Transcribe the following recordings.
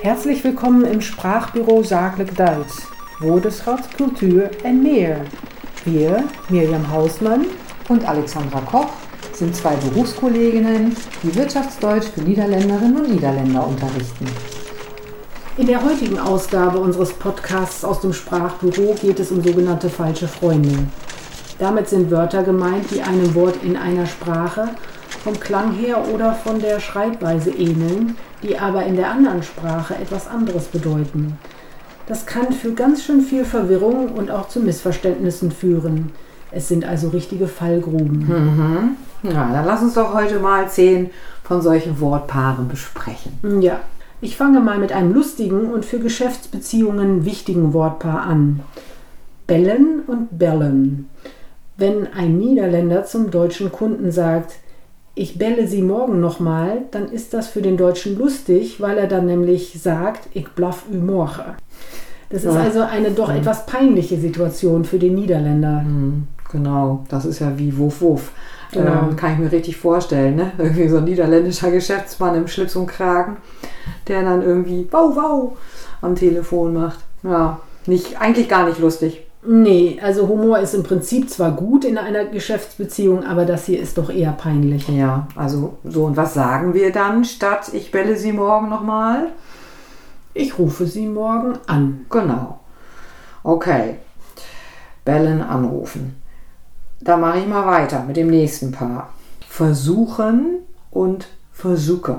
Herzlich willkommen im Sprachbüro Zakelijk Duits, Woordenschat, Cultuur en meer. Wir, Mirjam Hausmann und Alexandra Koch, sind zwei Berufskolleginnen, die Wirtschaftsdeutsch für Niederländerinnen und Niederländer unterrichten. In der heutigen Ausgabe unseres Podcasts aus dem Sprachbüro geht es um sogenannte falsche Freunde. Damit sind Wörter gemeint, die einem Wort in einer Sprache vom Klang her oder von der Schreibweise ähneln, die aber in der anderen Sprache etwas anderes bedeuten. Das kann für ganz schön viel Verwirrung und auch zu Missverständnissen führen. Es sind also richtige Fallgruben. Ja, dann lass uns doch heute mal 10 von solchen Wortpaaren besprechen. Ja, ich fange mal mit einem lustigen und für Geschäftsbeziehungen wichtigen Wortpaar an. Bellen und bellen. Wenn ein Niederländer zum deutschen Kunden sagt, ich belle Sie morgen nochmal, dann ist das für den Deutschen lustig, weil er dann nämlich sagt, ich blaff ü morgen. Das ist also eine doch etwas peinliche Situation für den Niederländer. Genau, das ist ja wie Wuff Wuff. Genau. Kann ich mir richtig vorstellen, ne? Irgendwie so ein niederländischer Geschäftsmann im Schlips und Kragen, der dann irgendwie wow wow am Telefon macht. Ja, eigentlich gar nicht lustig. Nee, also Humor ist im Prinzip zwar gut in einer Geschäftsbeziehung, aber das hier ist doch eher peinlich. Ja, also so, und was sagen wir dann statt ich belle Sie morgen nochmal? Ich rufe Sie morgen an. Genau. Okay. Bellen, anrufen. Da mache ich mal weiter mit dem nächsten Paar. Versuchen und versuchen.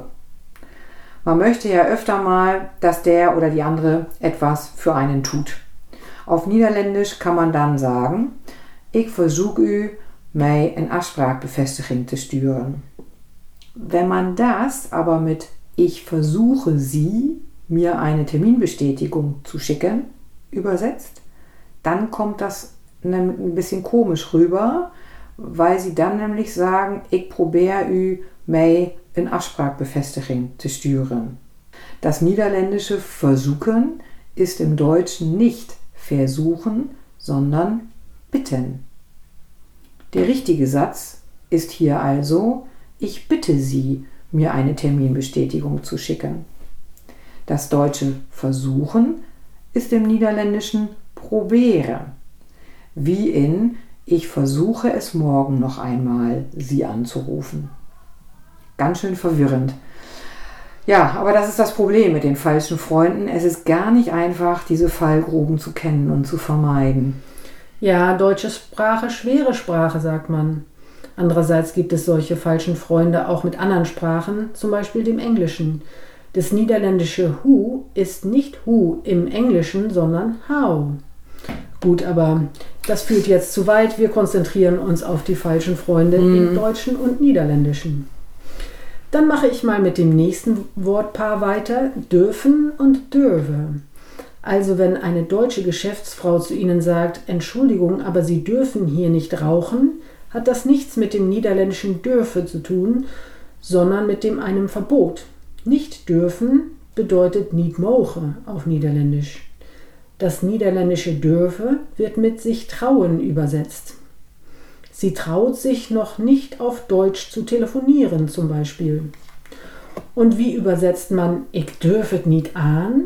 Man möchte ja öfter mal, dass der oder die andere etwas für einen tut. Auf Niederländisch kann man dann sagen, ik verzoek u, mij een Afspraakbevestiging te sturen. Wenn man das aber mit ich versuche Sie, mir eine Terminbestätigung zu schicken, übersetzt, dann kommt das ein bisschen komisch rüber, weil sie dann nämlich sagen, ik probeer u, mij een Afspraakbevestiging te sturen. Das niederländische versuchen ist im Deutschen nicht versuchen, sondern bitten. Der richtige Satz ist hier also, ich bitte Sie, mir eine Terminbestätigung zu schicken. Das deutsche versuchen ist im Niederländischen proberen. Wie in, ich versuche es morgen noch einmal, Sie anzurufen. Ganz schön verwirrend. Ja, aber das ist das Problem mit den falschen Freunden. Es ist gar nicht einfach, diese Fallgruben zu kennen und zu vermeiden. Ja, deutsche Sprache, schwere Sprache, sagt man. Andererseits gibt es solche falschen Freunde auch mit anderen Sprachen, zum Beispiel dem Englischen. Das niederländische who ist nicht who im Englischen, sondern how. Gut, aber das führt jetzt zu weit. Wir konzentrieren uns auf die falschen Freunde im Deutschen und Niederländischen. Dann mache ich mal mit dem nächsten Wortpaar weiter, dürfen und dürfe. Also wenn eine deutsche Geschäftsfrau zu Ihnen sagt, Entschuldigung, aber Sie dürfen hier nicht rauchen, hat das nichts mit dem niederländischen dürfe zu tun, sondern mit einem Verbot. Nicht dürfen bedeutet niet mogen auf Niederländisch. Das niederländische dürfe wird mit sich trauen übersetzt. Sie traut sich noch nicht auf Deutsch zu telefonieren zum Beispiel. Und wie übersetzt man ich dürfet niet aan?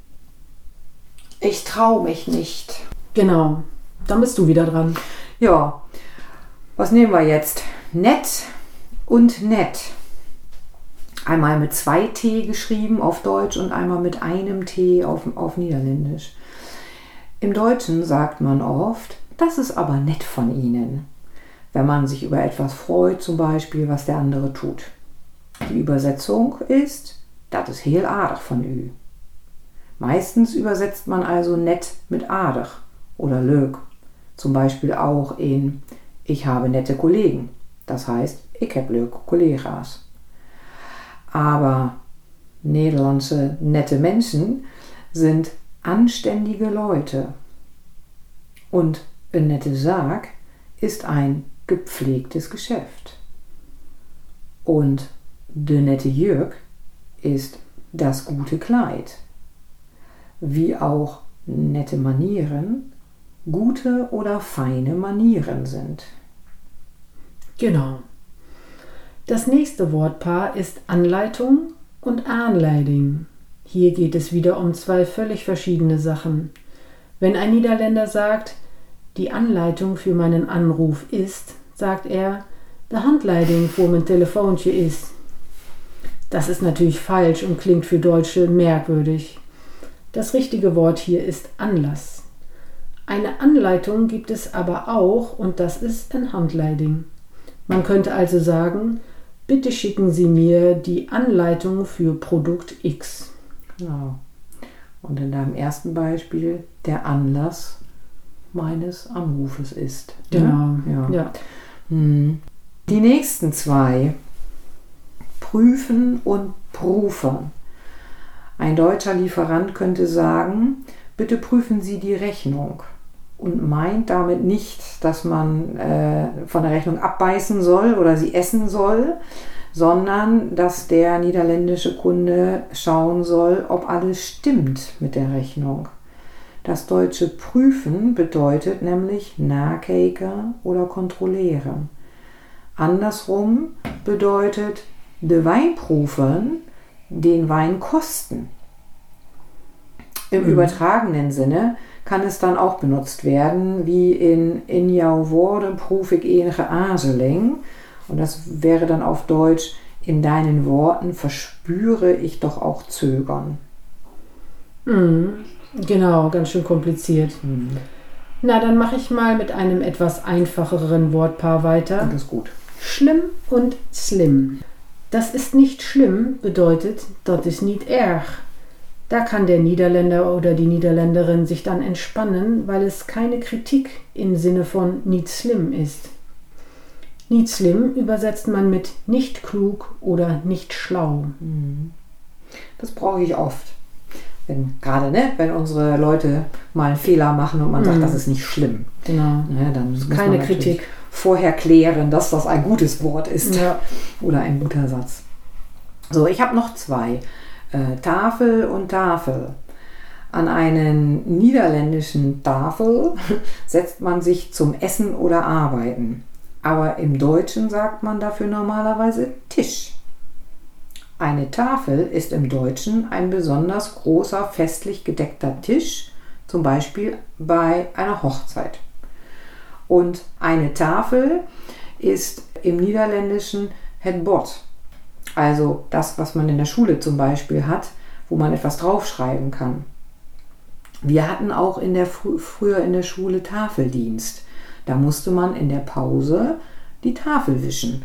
Ich traue mich nicht. Genau, dann bist du wieder dran. Ja, was nehmen wir jetzt? Nett und nett. Einmal mit 2 T geschrieben auf Deutsch und einmal mit einem T auf Niederländisch. Im Deutschen sagt man oft, das ist aber nett von Ihnen. Wenn man sich über etwas freut, zum Beispiel, was der andere tut. Die Übersetzung ist, das ist heel aardig von u. Meistens übersetzt man also nett mit aardig oder leuk. Zum Beispiel auch in ich habe nette Kollegen. Das heißt, ich heb leuke collega's. Aber Nederlandse nette Menschen sind anständige Leute. Und een nette Zaak ist ein gepflegtes Geschäft. Und de nette Jurk ist das gute Kleid. Wie auch nette Manieren gute oder feine Manieren sind. Genau. Das nächste Wortpaar ist Anleitung und Aanleiding. Hier geht es wieder um zwei völlig verschiedene Sachen. Wenn ein Niederländer sagt, die Anleitung für meinen Anruf ist, sagt er, de handleiding voor mijn telefoontje ist. Das ist natürlich falsch und klingt für Deutsche merkwürdig. Das richtige Wort hier ist Anlass. Eine Anleitung gibt es aber auch und das ist ein Handleiding. Man könnte also sagen, bitte schicken Sie mir die Anleitung für Produkt X. Genau. Und in deinem ersten Beispiel, der Anlass meines Anrufes ist. Genau. Ja. Die nächsten zwei, prüfen und prüfen. Ein deutscher Lieferant könnte sagen, bitte prüfen Sie die Rechnung. Und meint damit nicht, dass man von der Rechnung abbeißen soll oder sie essen soll, sondern dass der niederländische Kunde schauen soll, ob alles stimmt mit der Rechnung. Das deutsche Prüfen bedeutet nämlich nakijken oder kontrollieren. Andersrum bedeutet de Wein proeven, den Wein kosten. Im übertragenen Sinne kann es dann auch benutzt werden, wie in jouw woorden proef ik enige aarzeling. Und das wäre dann auf Deutsch, in deinen Worten verspüre ich doch auch Zögern. Genau, ganz schön kompliziert. Na, dann mache ich mal mit einem etwas einfacheren Wortpaar weiter. Das ist gut. Schlimm und slim. Das ist nicht schlimm bedeutet, das ist nicht erg. Da kann der Niederländer oder die Niederländerin sich dann entspannen, weil es keine Kritik im Sinne von nicht slim ist. Nicht slim übersetzt man mit nicht klug oder nicht schlau. Das brauche ich oft. Gerade wenn unsere Leute mal einen Fehler machen und man sagt, das ist nicht schlimm. Genau. Ja, dann muss keine man Kritik. Vorher klären, dass das ein gutes Wort ist. Ja. Oder ein guter Satz. So, ich habe noch zwei. Tafel und Tafel. An einen niederländischen Tafel setzt man sich zum Essen oder Arbeiten. Aber im Deutschen sagt man dafür normalerweise Tisch. Eine Tafel ist im Deutschen ein besonders großer, festlich gedeckter Tisch, zum Beispiel bei einer Hochzeit. Und eine Tafel ist im Niederländischen het bord. Also das, was man in der Schule zum Beispiel hat, wo man etwas draufschreiben kann. Wir hatten auch früher in der Schule Tafeldienst. Da musste man in der Pause die Tafel wischen,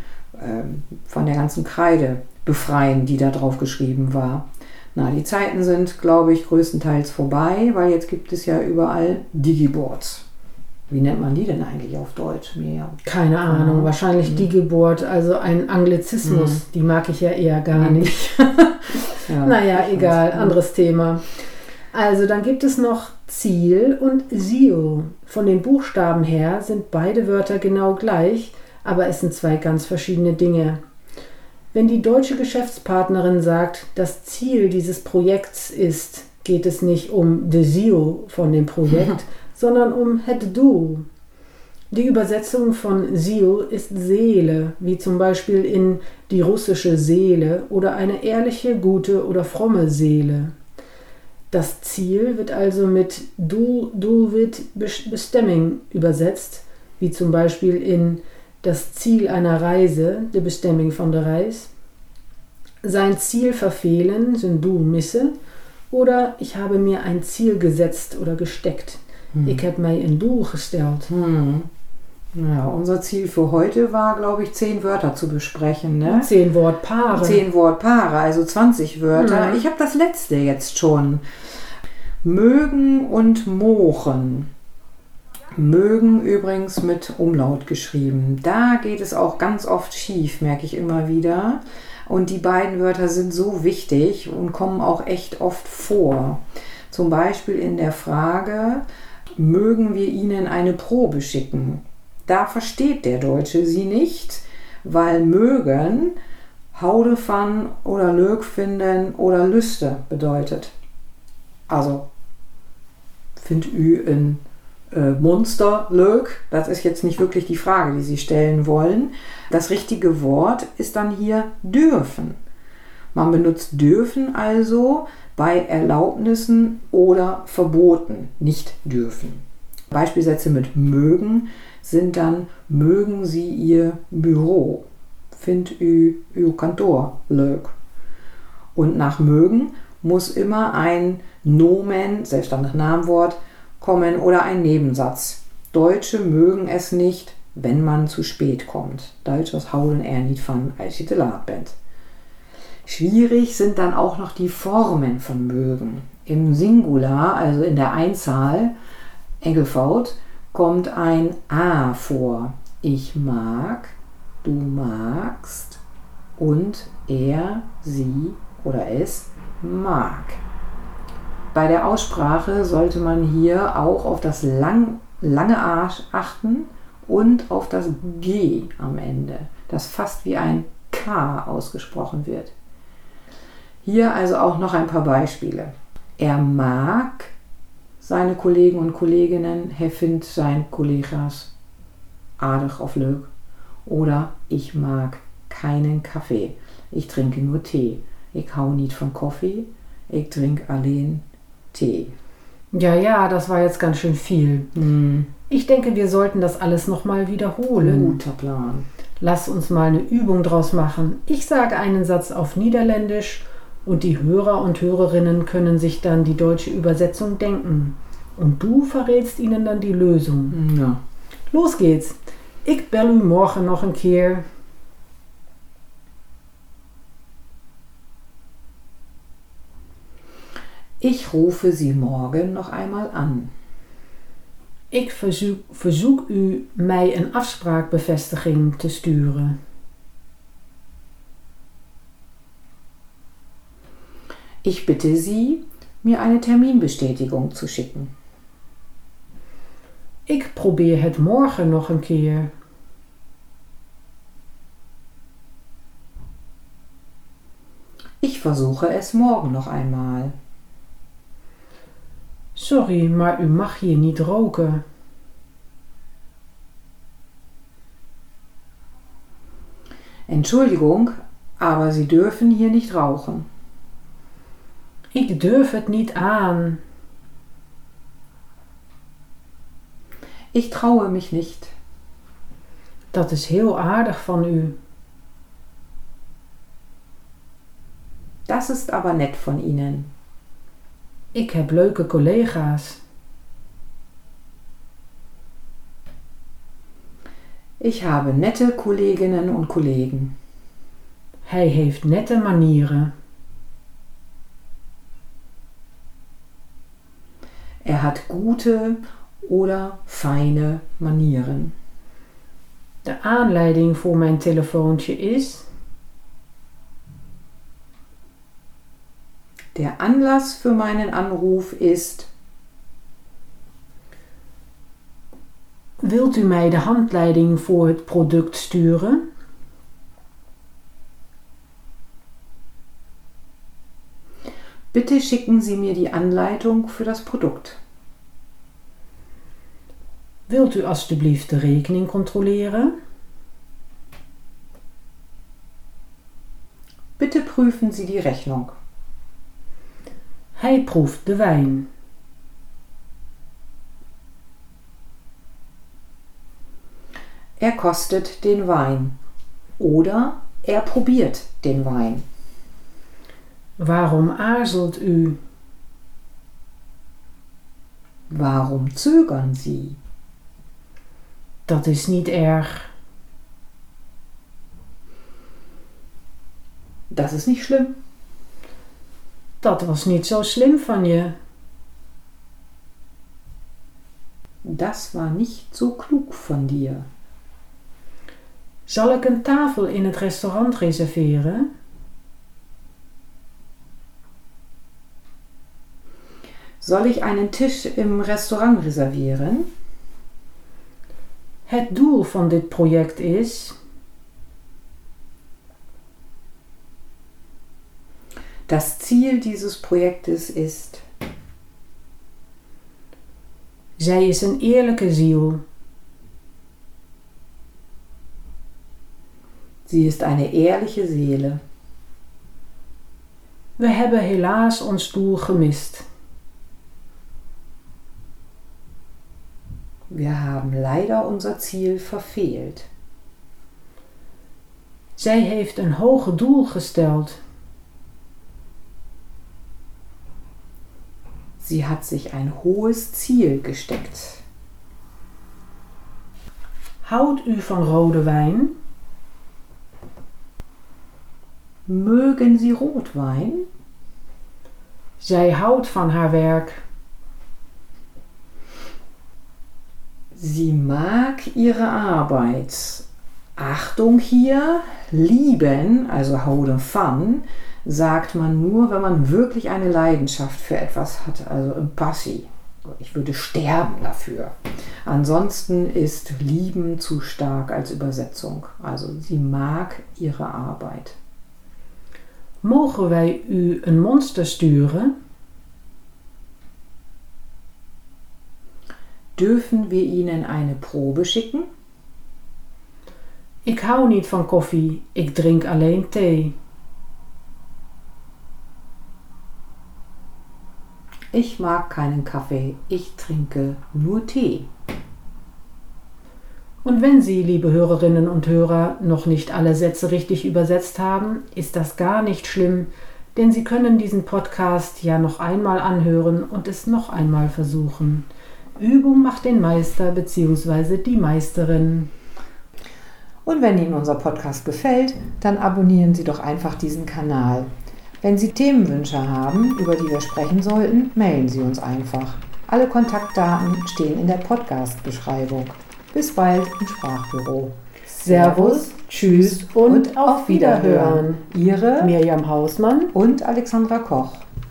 von der ganzen Kreide befreien, die da drauf geschrieben war. Na, die Zeiten sind, glaube ich, größtenteils vorbei, weil jetzt gibt es ja überall Digiboards. Wie nennt man die denn eigentlich auf Deutsch? Keine Ahnung, wahrscheinlich Digiboard, also ein Anglizismus. Die mag ich ja eher gar nicht. Ja, naja, egal, anderes Thema. Also dann gibt es noch Ziel und Ziel. Von den Buchstaben her sind beide Wörter genau gleich, aber es sind zwei ganz verschiedene Dinge. Wenn die deutsche Geschäftspartnerin sagt, das Ziel dieses Projekts ist, geht es nicht um de Ziel von dem Projekt, sondern um het Doel. Die Übersetzung von Ziel ist Seele, wie zum Beispiel in die russische Seele oder eine ehrliche, gute oder fromme Seele. Das Ziel wird also mit doelwit bestemming übersetzt, wie zum Beispiel in das Ziel einer Reise, de bestemming van de reis. Sein Ziel verfehlen, zijn doel missen, oder ich habe mir ein Ziel gesetzt oder gesteckt. Ich habe mir ein Doel gesteld. Ja, unser Ziel für heute war, glaube ich, 10 Wörter zu besprechen. Ne? 10 Wortpaare. 10 Wortpaare, also 20 Wörter. Ich habe das letzte jetzt schon. Mögen und mochen. Mögen übrigens mit Umlaut geschrieben. Da geht es auch ganz oft schief, merke ich immer wieder. Und die beiden Wörter sind so wichtig und kommen auch echt oft vor. Zum Beispiel in der Frage, mögen wir Ihnen eine Probe schicken? Da versteht der Deutsche sie nicht, weil mögen houde van oder leuk vinden oder lüste bedeutet. Also, find ü ein Monster leuk? Das ist jetzt nicht wirklich die Frage, die Sie stellen wollen. Das richtige Wort ist dann hier dürfen. Man benutzt dürfen also bei Erlaubnissen oder Verboten, nicht dürfen. Beispielsätze mit mögen sind dann: mögen Sie Ihr Büro? Vind u uw kantoor leuk? Und nach mögen muss immer ein Nomen, selbstständiges Namenwort, kommen oder ein Nebensatz. Deutsche mögen es nicht, wenn man zu spät kommt. Duitsers houden er niet van als je te laat bent. Schwierig sind dann auch noch die Formen von mögen. Im Singular, also in der Einzahl, Enkelvoud, kommt ein A vor. Ich mag, du magst und er, sie oder es mag. Bei der Aussprache sollte man hier auch auf das lange A achten und auf das G am Ende, das fast wie ein K ausgesprochen wird. Hier also auch noch ein paar Beispiele. Er mag seine Kollegen und Kolleginnen, hij vindt zijn collega's aardig of leuk. Oder ich mag keinen Kaffee, ich trinke nur Tee. Ich hou niet van Kaffee, ich trinke alleen Tee. Ja, das war jetzt ganz schön viel. Ich denke, wir sollten das alles nochmal wiederholen. Guter Plan. Lass uns mal eine Übung draus machen. Ich sage einen Satz auf Niederländisch und die Hörer und Hörerinnen können sich dann die deutsche Übersetzung denken. Und du verrätst ihnen dann die Lösung. Ja. Los geht's. Ik bel u morgen nog een keer. Ich rufe Sie morgen noch einmal an. Ik verzoek u mij een afspraakbevestiging te sturen. Ich bitte Sie, mir eine Terminbestätigung zu schicken. Ik probeer het morgen nog een keer. Ich versuche es morgen noch einmal. Sorry, maar u mag hier niet roken. Entschuldigung, aber Sie dürfen hier nicht rauchen. Ik durf het niet aan. Ich traue mich nicht. Dat is heel aardig van u. Das ist aber nett von Ihnen. Ik heb leuke collega's. Ich habe nette Kolleginnen und Kollegen. Hij heeft nette manieren. Er hat gute oder feine Manieren. De aanleiding voor mijn telefoontje is... Der Anlass für meinen Anruf ist... Wilt u mij de handleiding voor het product sturen? Bitte schicken Sie mir die Anleitung für das Produkt. Wilt u alstublieft de rekening controleren? Bitte prüfen Sie die Rechnung. Hij proeft de wijn. Er kostet den Wein. Oder er probiert den Wein. Waarom aarzelt u? Warum zögern Sie? Dat is niet erg. Das ist nicht schlimm. Dat was niet zo slim van je. Das war nicht so klug von dir. Zal ik een tafel in het restaurant reserveren? Soll ich einen Tisch im Restaurant reservieren? Het doel van dit project is... Das Ziel dieses Projektes ist... Zij is een eerlijke ziel. Sie ist eine ehrliche Seele. We hebben helaas ons doel gemist. Wir haben leider unser Ziel verfehlt. Zij heeft een hoog doel gesteld. Sie hat sich ein hohes Ziel gesteckt. Houdt u van rode wijn? Mögen Sie Rotwein? Zij houdt van haar werk. Sie mag ihre Arbeit. Achtung hier, lieben, also houden van, sagt man nur, wenn man wirklich eine Leidenschaft für etwas hat, also im Passiv. Ich würde sterben dafür. Ansonsten ist lieben zu stark als Übersetzung. Also sie mag ihre Arbeit. Mogen wij u een monster sturen? Dürfen wir Ihnen eine Probe schicken? Ik hou niet van koffie, ik drink alleen thee. Ich mag keinen Kaffee, ich trinke nur Tee. Und wenn Sie, liebe Hörerinnen und Hörer, noch nicht alle Sätze richtig übersetzt haben, ist das gar nicht schlimm, denn Sie können diesen Podcast ja noch einmal anhören und es noch einmal versuchen. Übung macht den Meister bzw. die Meisterin. Und wenn Ihnen unser Podcast gefällt, dann abonnieren Sie doch einfach diesen Kanal. Wenn Sie Themenwünsche haben, über die wir sprechen sollten, mailen Sie uns einfach. Alle Kontaktdaten stehen in der Podcast-Beschreibung. Bis bald im Sprachbüro. Servus, tschüss und auf Wiederhören. Ihre Mirjam Hausmann und Alexandra Koch.